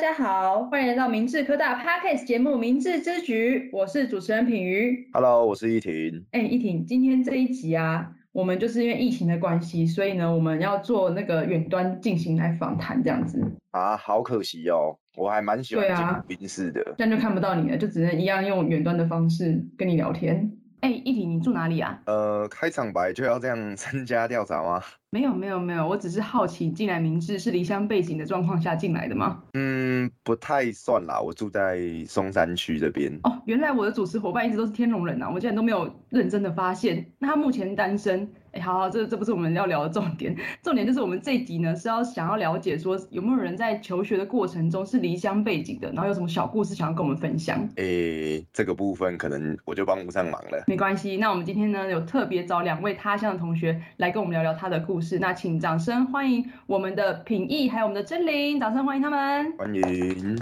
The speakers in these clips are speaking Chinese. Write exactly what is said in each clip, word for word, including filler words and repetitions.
家好，欢迎来到明志科大 Podcast 节目《明志之举》，我是主持人品瑜。 Hello，我是依婷。 哎，依婷，今天这一集啊，我们就是因为疫情的关系，所以呢，我们要做那个远端进行来访谈这样子。 啊，好可惜哦，我还蛮喜欢见对啊， 宾式的。 这样就看不到你了，就只能一样用远端的方式跟你聊天。哎，依婷，你住哪里啊？ 呃，开场白就要这样身家调查吗？ 没有没有没有，我只是好奇，进来明志是离乡背景的状况下进来的吗？ 嗯，不太算啦，我住在松山区这边。 哦，原来我的主持伙伴一直都是天龙人啊，我竟然都没有认真的发现。那他目前单身，哎，好好，这这不是我们要聊的重点，重点就是我们这一集呢是要想要了解说有没有人在求学的过程中是离乡背景的，然后有什么小故事想要跟我们分享。 诶，这个部分可能我就帮不上忙了。 没关系，那我们今天呢有特别找两位他乡的同学来跟我们聊聊他的故事，那请掌声欢迎我们的品义还有我们的真灵，掌声欢迎他们。 欢迎。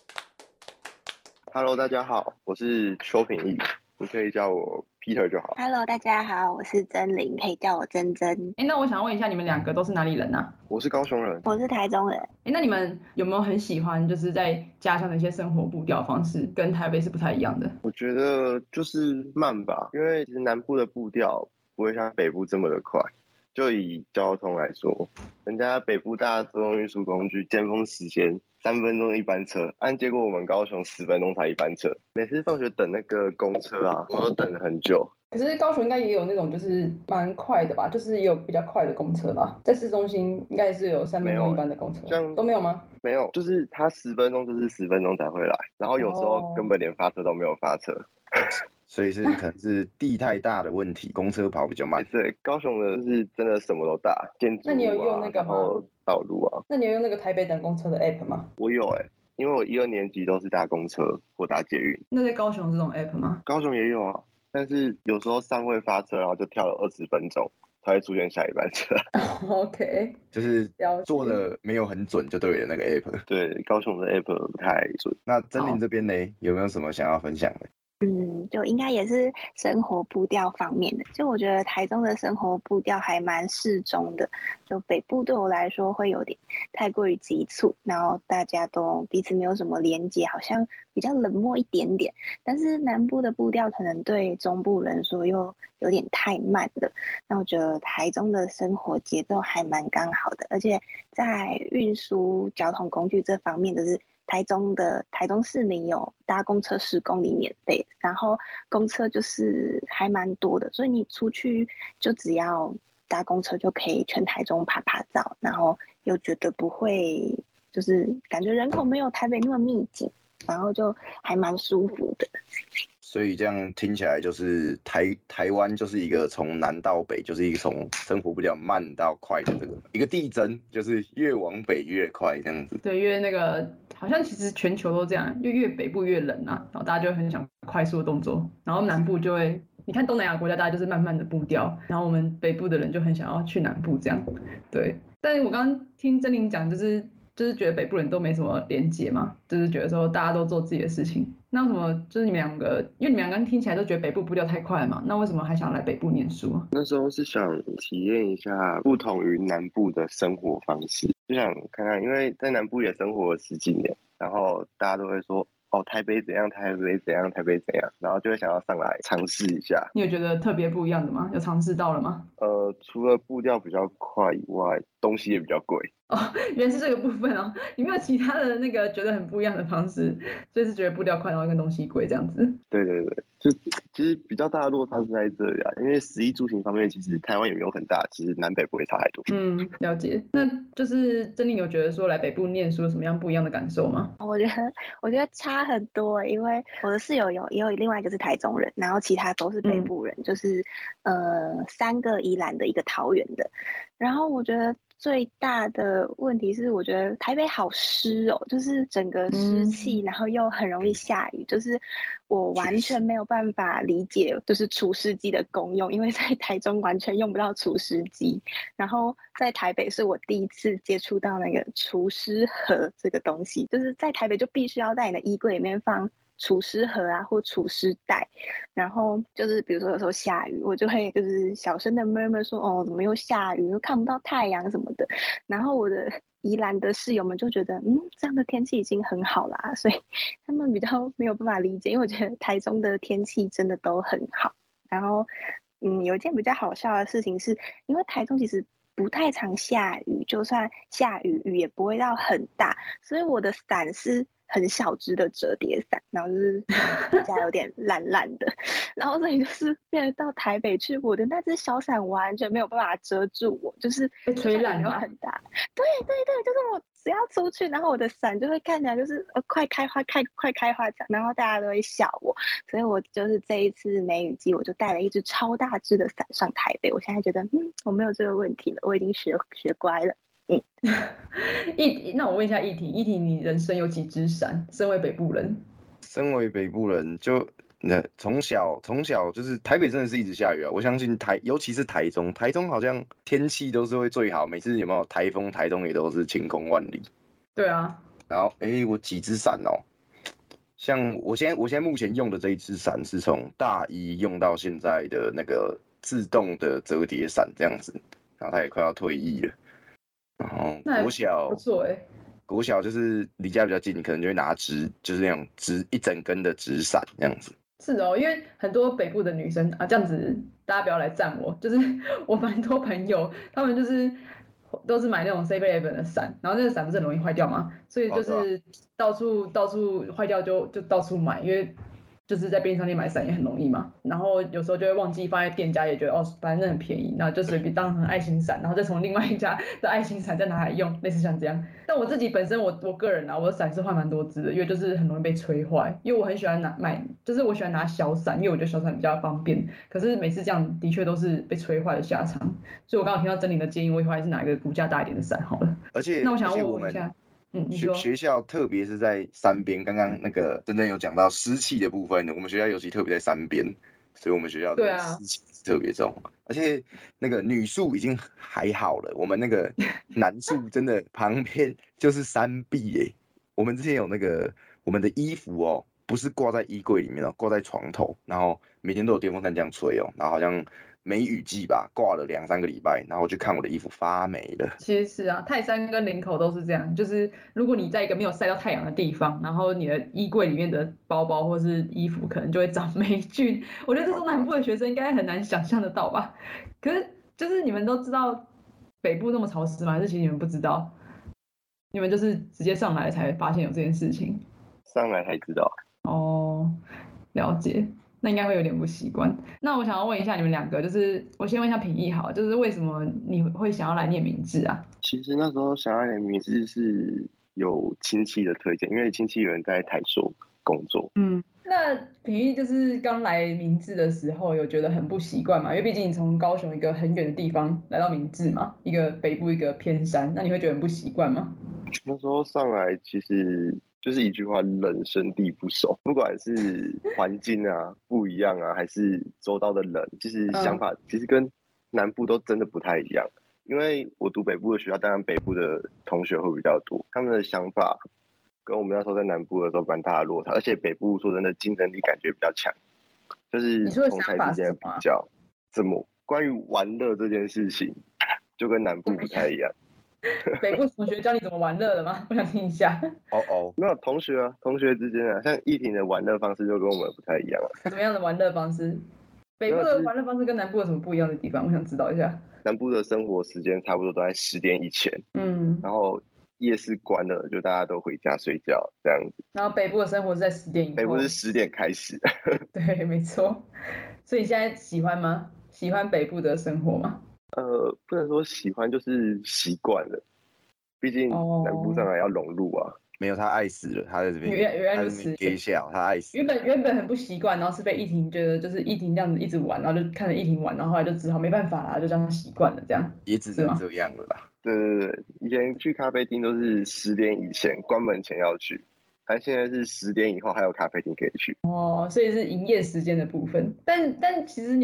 Hello，大家好，我是邱品义，你可以叫我 Peter 就好。 Hello，大家好，我是真灵，可以叫我珍珍。 哎，那我想问一下，你们两个都是哪里人啊？ 我是高雄人， 我是台中人。 哎，那你们有没有很喜欢就是在家乡的一些生活步调方式，跟台北是不太一样的？ 我觉得就是慢吧，因为其实南部的步调不会像北部这么的快。就以交通来说，人家北部大众运输工具尖峰时间三分钟一班车，按结果我们高雄十分钟才一班车。每次放学等那个公车啊，我都等了很久。 可是高雄应该也有那种就是蛮快的吧，就是也有比较快的公车吧，在市中心应该是有三分钟一班的公车， 这样都没有吗？ 没有，就是他十分钟就是十分钟才会来，然后有时候根本连发车都没有发车。 所以是可能是地太大的问题，公车跑比较慢。 对，高雄的是真的什么都大，建筑、啊、 那你有用那个吗？ 然后道路啊？ 那你有用那个台北等公车的 app 吗？ 我有哎、欸，因为我一二年级都是搭公车或搭捷运。 那在高雄这种 app 吗？ 高雄也有啊，但是有时候尚未发车，然后就跳了二十分钟，才会出现下一班车。 OK， 就是做的没有很准就对了那个 app。 对，高雄的 app 不太准。 那真灵这边呢，有没有什么想要分享的？ 嗯，就应该也是生活步调方面的。就我觉得台中的生活步调还蛮适中的，就北部对我来说会有点太过于急促，然后大家都彼此没有什么连接，好像比较冷漠一点点。但是南部的步调可能对中部人说又有点太慢了。那我觉得台中的生活节奏还蛮刚好的，而且在运输交通工具这方面，就是台中的台中市民有搭公车十公里免费，然后公车就是还蛮多的，所以你出去就只要搭公车就可以全台中爬爬照，然后又觉得不会就是感觉人口没有台北那么密集，然后就还蛮舒服的。 所以这样听起来就是台台湾就是一个从南到北，就是一个从生活比较慢到快的这个一个递增，就是越往北越快这样子。 对，因为那个好像其实全球都这样，就越北部越冷啊，然后大家就很想快速的动作，然后南部就会，你看东南亚国家大家就是慢慢的步调，然后我们北部的人就很想要去南部这样。对，但是我刚刚听真灵讲，就是就是觉得北部人都没什么连结嘛，就是觉得说大家都做自己的事情。那为什么就是你们两个，因为你们两个听起来都觉得北部步调太快了嘛，那为什么还想来北部念书？ 那时候是想体验一下不同于南部的生活方式，就想看看，因为在南部也生活了十几年，然后大家都会说哦，台北怎样，台北怎样，台北怎样，然后就会想要上来尝试一下。 你有觉得特别不一样的吗？有尝试到了吗？ 呃，除了步调比较快以外，东西也比较贵。 哦，原来是这个部分哦，你没有其他的那个觉得很不一样的方式，所以是觉得步调快，然后跟东西贵这样子。 对对对，就其实比较大的落差是在这里啊，因为食衣住行方面，其实台湾也没有很大，其实南北不会差太多。 嗯，了解。那就是真灵有觉得说来北部念书有什么样不一样的感受吗？ 我觉得我觉得差很多，因为我的室友有也有另外一个是台中人，然后其他都是北部人，嗯、就是呃三个宜兰的，一个桃园的，然后我觉得。最大的问题是，我觉得台北好湿哦，就是整个湿气，嗯、然后又很容易下雨，就是我完全没有办法理解，就是除湿机的功用，因为在台中完全用不到除湿机，然后在台北是我第一次接触到那个除湿盒这个东西，就是在台北就必须要在你的衣柜里面放除湿盒啊或除湿袋，然后就是比如说有时候下雨，我就会就是小声的 murmur 说哦怎么又下雨，又看不到太阳什么的，然后我的宜兰的室友们就觉得嗯这样的天气已经很好啦，所以他们比较没有办法理解，因为我觉得台中的天气真的都很好。然后嗯有一件比较好笑的事情是，因为台中其实不太常下雨，就算下雨雨也不会到很大，所以我的伞是很小只的折叠伞，然后就是底下有点烂烂的，然后所以就是变成到台北去，我的那只小伞完全没有办法遮住我，就是被吹烂没有很大。对对对，就是我只要出去，然后我的伞就会看起来就是呃快开花，开快开花这样，然后大家都会笑我，所以我就是这一次梅雨季，我就带了一只超大只的伞上台北。我现在觉得嗯我没有这个问题了，我已经学学乖了。嗯， 议那我问一下议题，议题你人生有几只伞？身为北部人， 身为北部人，就那从小从小就是台北真的是一直下雨啊。我相信台，尤其是台中，台中好像天气都是会最好，每次有没有台风，台中也都是晴空万里。 对啊， 然后哎、欸，我几只伞哦，像我现在我现在目前用的这一只伞是从大一用到现在的那个自动的折叠伞这样子，然后它也快要退役了。然后国小不错哎， 国小就是离家比较近，可能就会拿直，就是那种直一整根的直伞这样子。 是哦，因为很多北部的女生啊，这样子大家不要来赞我，就是我蛮多朋友，他们就是都是买那种 seven eleven 的伞，然后那个伞不是很容易坏掉嘛，所以就是到处到处坏掉就就到处买，因为就是在便利商店买伞也很容易嘛，然后有时候就会忘记放在店家，也觉得哦反正很便宜，然后就随便当成爱心伞，然后再从另外一家的爱心伞再拿来用，类似像这样。但我自己本身我我个人啊，我的伞是换蛮多支的，因为就是很容易被吹坏，因为我很喜欢拿买，就是我喜欢拿小伞，因为我觉得小伞比较方便。可是每次这样的确都是被吹坏的下场，所以我刚刚听到珍妮的建议，我以后还是拿一个骨架大一点的伞好了。 而且那我想要我问一下。嗯，你学说学校特别是在山边，刚刚那个真正有讲到湿气的部分，我们学校尤其特别在山边，所以我们学校的湿气特别重，啊、而且那个女宿已经还好了，我们那个男宿真的旁边就是山壁耶。我们之前有那个我们的衣服哦，不是挂在衣柜里面哦，挂在床头，然后每天都有电风扇这样吹哦，然后好像梅雨季吧，挂了两三个礼拜，然后我去看我的衣服发霉了。 其实是啊，泰山跟林口都是这样，就是如果你在一个没有晒到太阳的地方，然后你的衣柜里面的包包或是衣服可能就会长霉菌。我觉得这中南部的学生应该很难想象得到吧？可是就是你们都知道北部那么潮湿吗？还是其实你们不知道？你们就是直接上来才发现有这件事情？ 上来才知道。 哦，了解。那应该会有点不习惯。那我想要问一下你们两个，就是我先问一下品义好，就是为什么你会想要来念明志啊？ 其实那时候想要念明志是有亲戚的推荐，因为亲戚有人在台中工作。 嗯，那品义就是刚来明志的时候，有觉得很不习惯嘛？因为毕竟你从高雄一个很远的地方来到明志嘛，一个北部一个偏山，那你会觉得很不习惯吗？ 那时候上来其实就是一句话，人生地不熟，不管是环境啊不一样啊，还是周遭的人，其实想法其实跟南部都真的不太一样。因为我读北部的学校，当然北部的同学会比较多，他们的想法跟我们那时候在南部的时候蛮大的落差，而且北部说真的竞争力感觉比较强，就是同台之间的比较，怎么关于玩乐这件事情，就跟南部不太一样。 北部同学教你怎么玩乐的吗？我想听一下。 哦哦， 没有同学啊，同学之间啊，像议婷的玩乐方式就跟我们不太一样啊。 怎么样的玩乐方式？北部的玩乐方式跟南部有什么不一样的地方？我想知道一下。 南部的生活时间差不多都在十点以前，嗯，然后夜市关了，就大家都回家睡觉这样子。 然后北部的生活是在十点以后。 北部是十点开始。 对，没错。所以你现在喜欢吗？喜欢北部的生活吗？ 呃，不能说喜欢，就是习惯了。毕竟南部上来要融入啊。 Oh. 没有，他爱死了，他在这边， 原原来如此， 给笑，他爱死。 原本原本很不习惯，然后是被依婷觉得就是依婷这样子一直玩，然后就看着依婷玩，然后后来就只好没办法啦，就这样习惯了，这样也只能这样了啦。 对对对，以前去咖啡厅都是十点以前关门前要去，但现在是十点以后还有咖啡厅可以去。 哦，所以是营业时间的部分，但但其实你们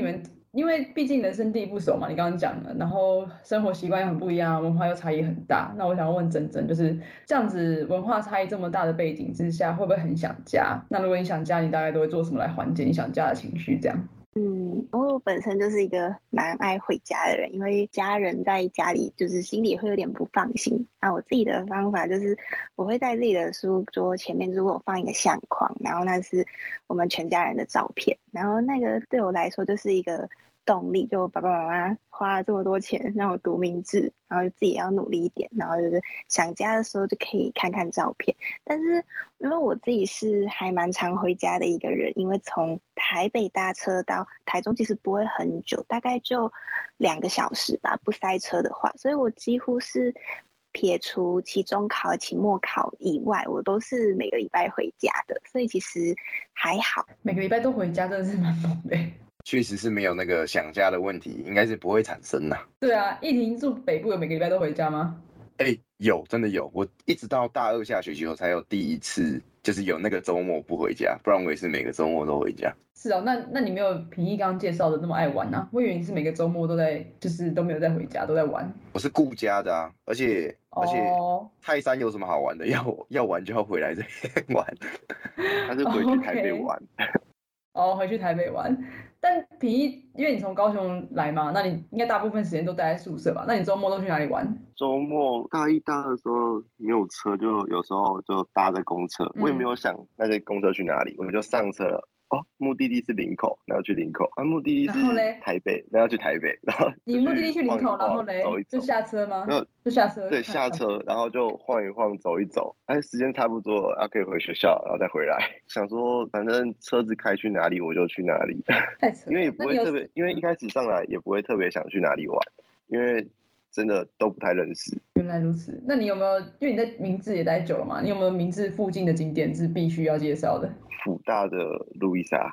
因为毕竟人生地不熟嘛，你刚刚讲了，然后生活习惯又很不一样，文化又差异很大。那我想要问珍珍，就是这样子文化差异这么大的背景之下，会不会很想家？那如果你想家，你大概都会做什么来缓解你想家的情绪？这样？ 嗯，因为我本身就是一个蛮爱回家的人，因为家人在家里就是心里会有点不放心。那我自己的方法就是，我会在自己的书桌前面，如果我放一个相框，然后那是我们全家人的照片，然后那个对我来说就是一个动力，就爸爸妈妈花了这么多钱让我读明志，然后自己也要努力一点，然后就是想家的时候就可以看看照片。但是因为我自己是还蛮常回家的一个人，因为从台北搭车到台中其实不会很久，大概就两个小时吧，不塞车的话，所以我几乎是撇除期中考、期末考以外，我都是每个礼拜回家的，所以其实还好。 每个礼拜都回家真的是蛮猛的。 确实是没有那个想家的问题，应该是不会产生啦。 对啊，一婷住北部，有每个礼拜都回家吗？ 哎、欸，有，真的有。我一直到大二下学期后才有第一次，就是有那个周末不回家，不然我也是每个周末都回家。 是哦，那那你没有平一刚刚介绍的那么爱玩啊？我以为你是每个周末都在，就是都没有在回家，都在玩。 我是顾家的啊，而且、 哦、 而且泰山有什么好玩的？要要玩就要回来这边玩， 他是回去台北玩。 哦， okay. 回去台北玩。但平一，因为你从高雄来嘛，那你应该大部分时间都待在宿舍吧？那你周末都去哪里玩？ 周末大一、大二的时候没有车，就有时候就搭着公车，嗯、我也没有想那些公车去哪里，我们就上车了。哦，目的地是林口，然后去林口。啊，目的地是台北，然后去台北，然后你目的地去林口，然后嘞， 走一走就下车吗？ 没有， 就下车。 对，下车，然后就晃一晃，走一走。哎，时间差不多了，啊，可以回学校，然后再回来。想说，反正车子开去哪里，我就去哪里。 太扯了。 因为也不会特别，因为一开始上来也不会特别想去哪里玩，因为真的都不太认识。 原来如此，那你有没有？因为你在明志也待久了嘛，你有没有明志附近的景点是必须要介绍的？ 辅大的路易莎。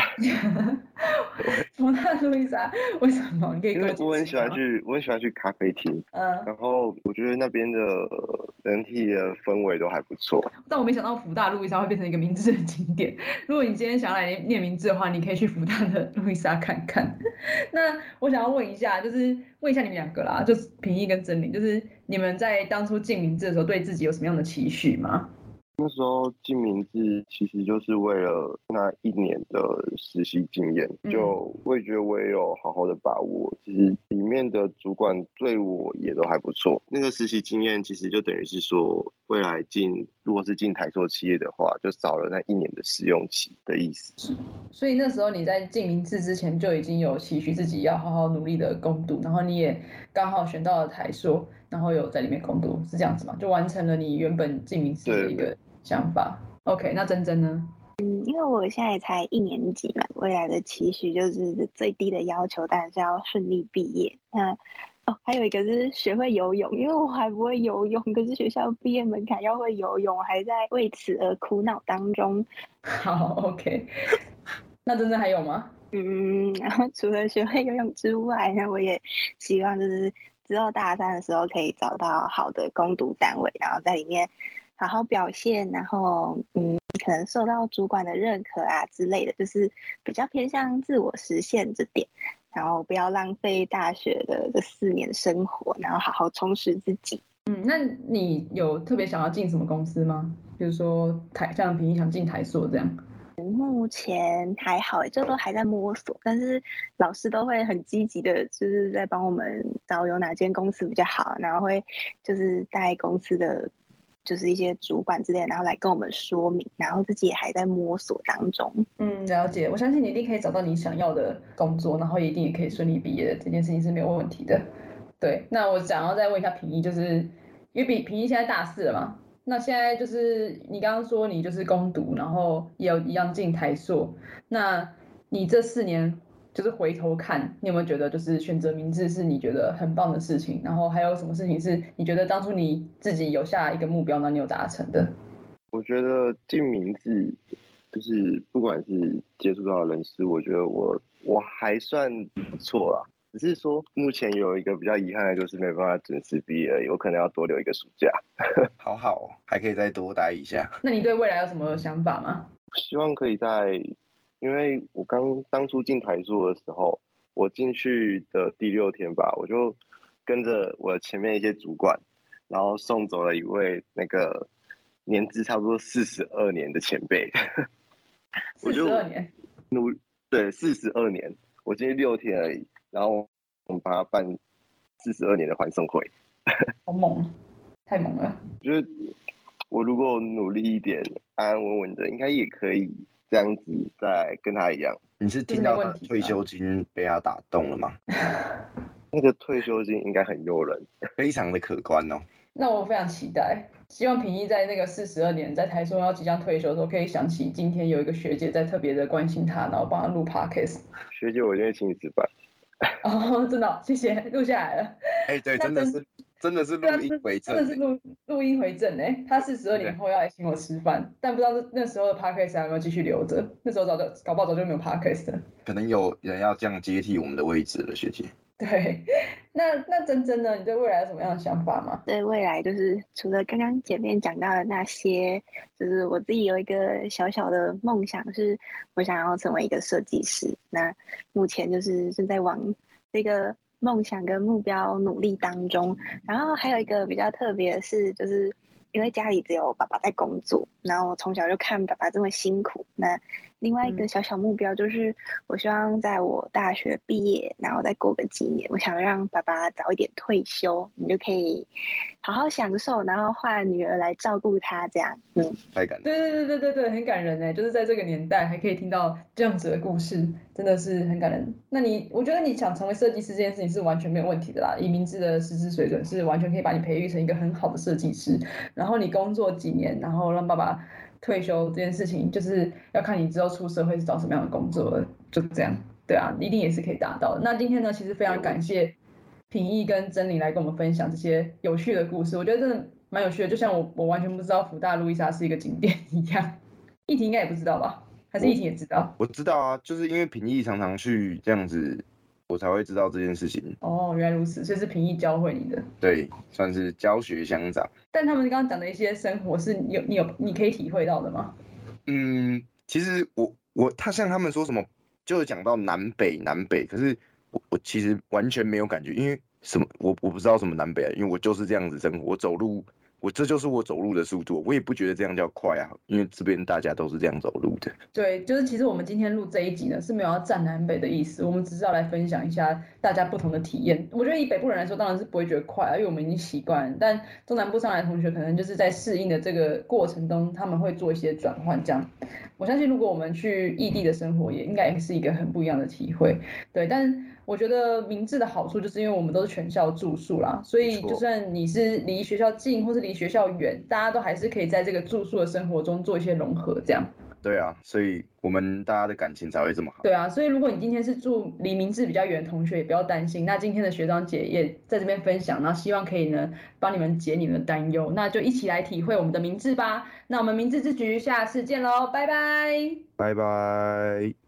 福大路易莎为什么？你可以跟我解释吗？ 因为我很喜欢去，我很喜欢去咖啡厅，嗯，然后我觉得那边的整体的氛围都还不错。 但我没想到福大路易莎会变成一个明志的景点。如果你今天想要来念明志的话，你可以去福大的路易莎看看。那我想要问一下，就是问一下你们两个啦，就是平一跟真理，就是你们在当初进明志的时候，对自己有什么样的期许吗？ 那时候进明志其实就是为了那一年的实习经验，就我也觉得我也有好好的把握。其实里面的主管对我也都还不错。那个实习经验其实就等于是说，未来进如果是进台塑企业的话，就少了那一年的试用期的意思。 所以那时候你在进明志之前就已经有期许自己要好好努力的攻读，然后你也刚好选到了台塑，然后有在里面攻读，是这样子吗？就完成了你原本进明志的一个想法。OK， 那珍珍呢？ 嗯，因为我现在才一年级嘛，未来的期许就是最低的要求，当然是要顺利毕业。那哦，还有一个是学会游泳，因为我还不会游泳，可是学校毕业门槛要会游泳，我还在为此而苦恼当中。 好 ，OK。那珍珍还有吗？ 嗯，然后除了学会游泳之外，那我也希望就是之后大三的时候可以找到好的攻读单位，然后在里面好好表现，然后嗯，可能受到主管的认可啊之类的，就是比较偏向自我实现这点，然后不要浪费大学的这四年生活，然后好好充实自己。 嗯，那你有特别想要进什么公司吗？比如说台像平一想进台塑这样。 目前还好诶，这都还在摸索，但是老师都会很积极的，就是在帮我们找有哪间公司比较好，然后会就是带公司的就是一些主管之类的，然后来跟我们说明，然后自己也还在摸索当中。 嗯，了解。我相信你一定可以找到你想要的工作，然后一定也可以顺利毕业的，这件事情是没有问题的。对，那我想要再问一下平一，就是因为比平一现在大四了嘛，那现在就是你刚刚说你就是攻读，然后也有一样进台塑，那你这四年就是回头看，你有没有觉得就是选择明志是你觉得很棒的事情？然后还有什么事情是你觉得当初你自己有下一个目标，那你有达成的？ 我觉得进明志就是不管是接触到的人事，我觉得我我还算不错啦。只是说目前有一个比较遗憾的就是没办法准时毕业而已，我可能要多留一个暑假。 好好，还可以再多待一下。 那你对未来有什么想法吗？ 希望可以在，因为我刚当初进台塑的时候， 我进去的第六天吧，我就跟着我前面一些主管，然后送走了一位那个年资差不多四十二年的前辈。 四十二年， 努对四十二年，我进去六天而已，然后我们帮他办四十二年的欢送会。 好猛，太猛了！ 我觉得我如果努力一点，安安稳稳的，应该也可以这样子再跟他一样。 你是听到他退休金被他打动了吗？ 那个退休金应该很诱人， 非常的可观哦。 那我非常期待，希望平易在那个四十二年在台中要即将退休的时候，可以想起今天有一个学姐在特别的关心他，然后帮他录 podcast。 学姐，我一定会请你吃饭。 哦，真的、哦，谢谢，录下来了。 哎、欸，对，真的是真的是录音回正， 真的是录录音回正哎，他四十二年后要来请我吃饭，但不知道那时候的 podcast 还有没有继续留着，那时候早就搞不好早就没有 podcast 了。 可能有人要这样接替我们的位置了，学姐。 对，那那真真呢？你对未来有什么样的想法吗？ 对未来就是除了刚刚前面讲到的那些，就是我自己有一个小小的梦想，是我想要成为一个设计师。那目前就是正在往这个梦想跟目标努力当中。然后还有一个比较特别的是，就是因为家里只有爸爸在工作，然后我从小就看爸爸这么辛苦。那另外一个小小目标就是，我希望在我大学毕业，然后再过个几年，我想让爸爸早一点退休，你就可以好好享受，然后换女儿来照顾他，这样。嗯， 太感人。 对对对对对对，很感人哎，就是在这个年代还可以听到这样子的故事，真的是很感人。那你，我觉得你想成为设计师这件事情是完全没有问题的啦，以明智的师资水准是完全可以把你培育成一个很好的设计师。然后你工作几年，然后让爸爸退休这件事情，就是要看你之后出社会是找什么样的工作了，就这样。对啊，一定也是可以达到的。那今天呢，其实非常感谢品逸跟真理来跟我们分享这些有趣的故事，我觉得真的蛮有趣的。就像我我完全不知道福大路易莎是一个景点一样，逸婷应该也不知道吧？还是逸婷也知道？ 我知道啊，就是因为品逸常常去这样子，我才会知道这件事情。 哦，原来如此，所以是品逸教会你的。 对，算是教学相长。 但他们刚刚讲的一些生活，是你有你有你可以体会到的吗？ 嗯，其实我我他像他们说什么，就是讲到南北南北，可是我我其实完全没有感觉，因为什么我我不知道什么南北啊，因为我就是这样子生活，我走路。我这就是我走路的速度，我也不觉得这样叫快啊，因为这边大家都是这样走路的。 对，就是其实我们今天录这一集呢是没有要站南北的意思，我们只是要来分享一下大家不同的体验。我觉得以北部人来说，当然是不会觉得快啊，因为我们已经习惯了。但中南部上来的同学可能就是在适应的这个过程中，他们会做一些转换。这样，我相信如果我们去异地的生活，也应该也是一个很不一样的体会。对，但我觉得明智的好处就是因为我们都是全校住宿啦，所以就算你是离学校近或是离学校远，大家都还是可以在这个住宿的生活中做一些融合，这样。 对啊，所以我们大家的感情才会这么好。 对啊，所以如果你今天是住离明智比较远的同学，也不要担心。那今天的学长姐也在这边分享，然后希望可以呢帮你们解你们的担忧，那就一起来体会我们的明智吧。那我们明智之举下次见喽，拜拜， 拜拜。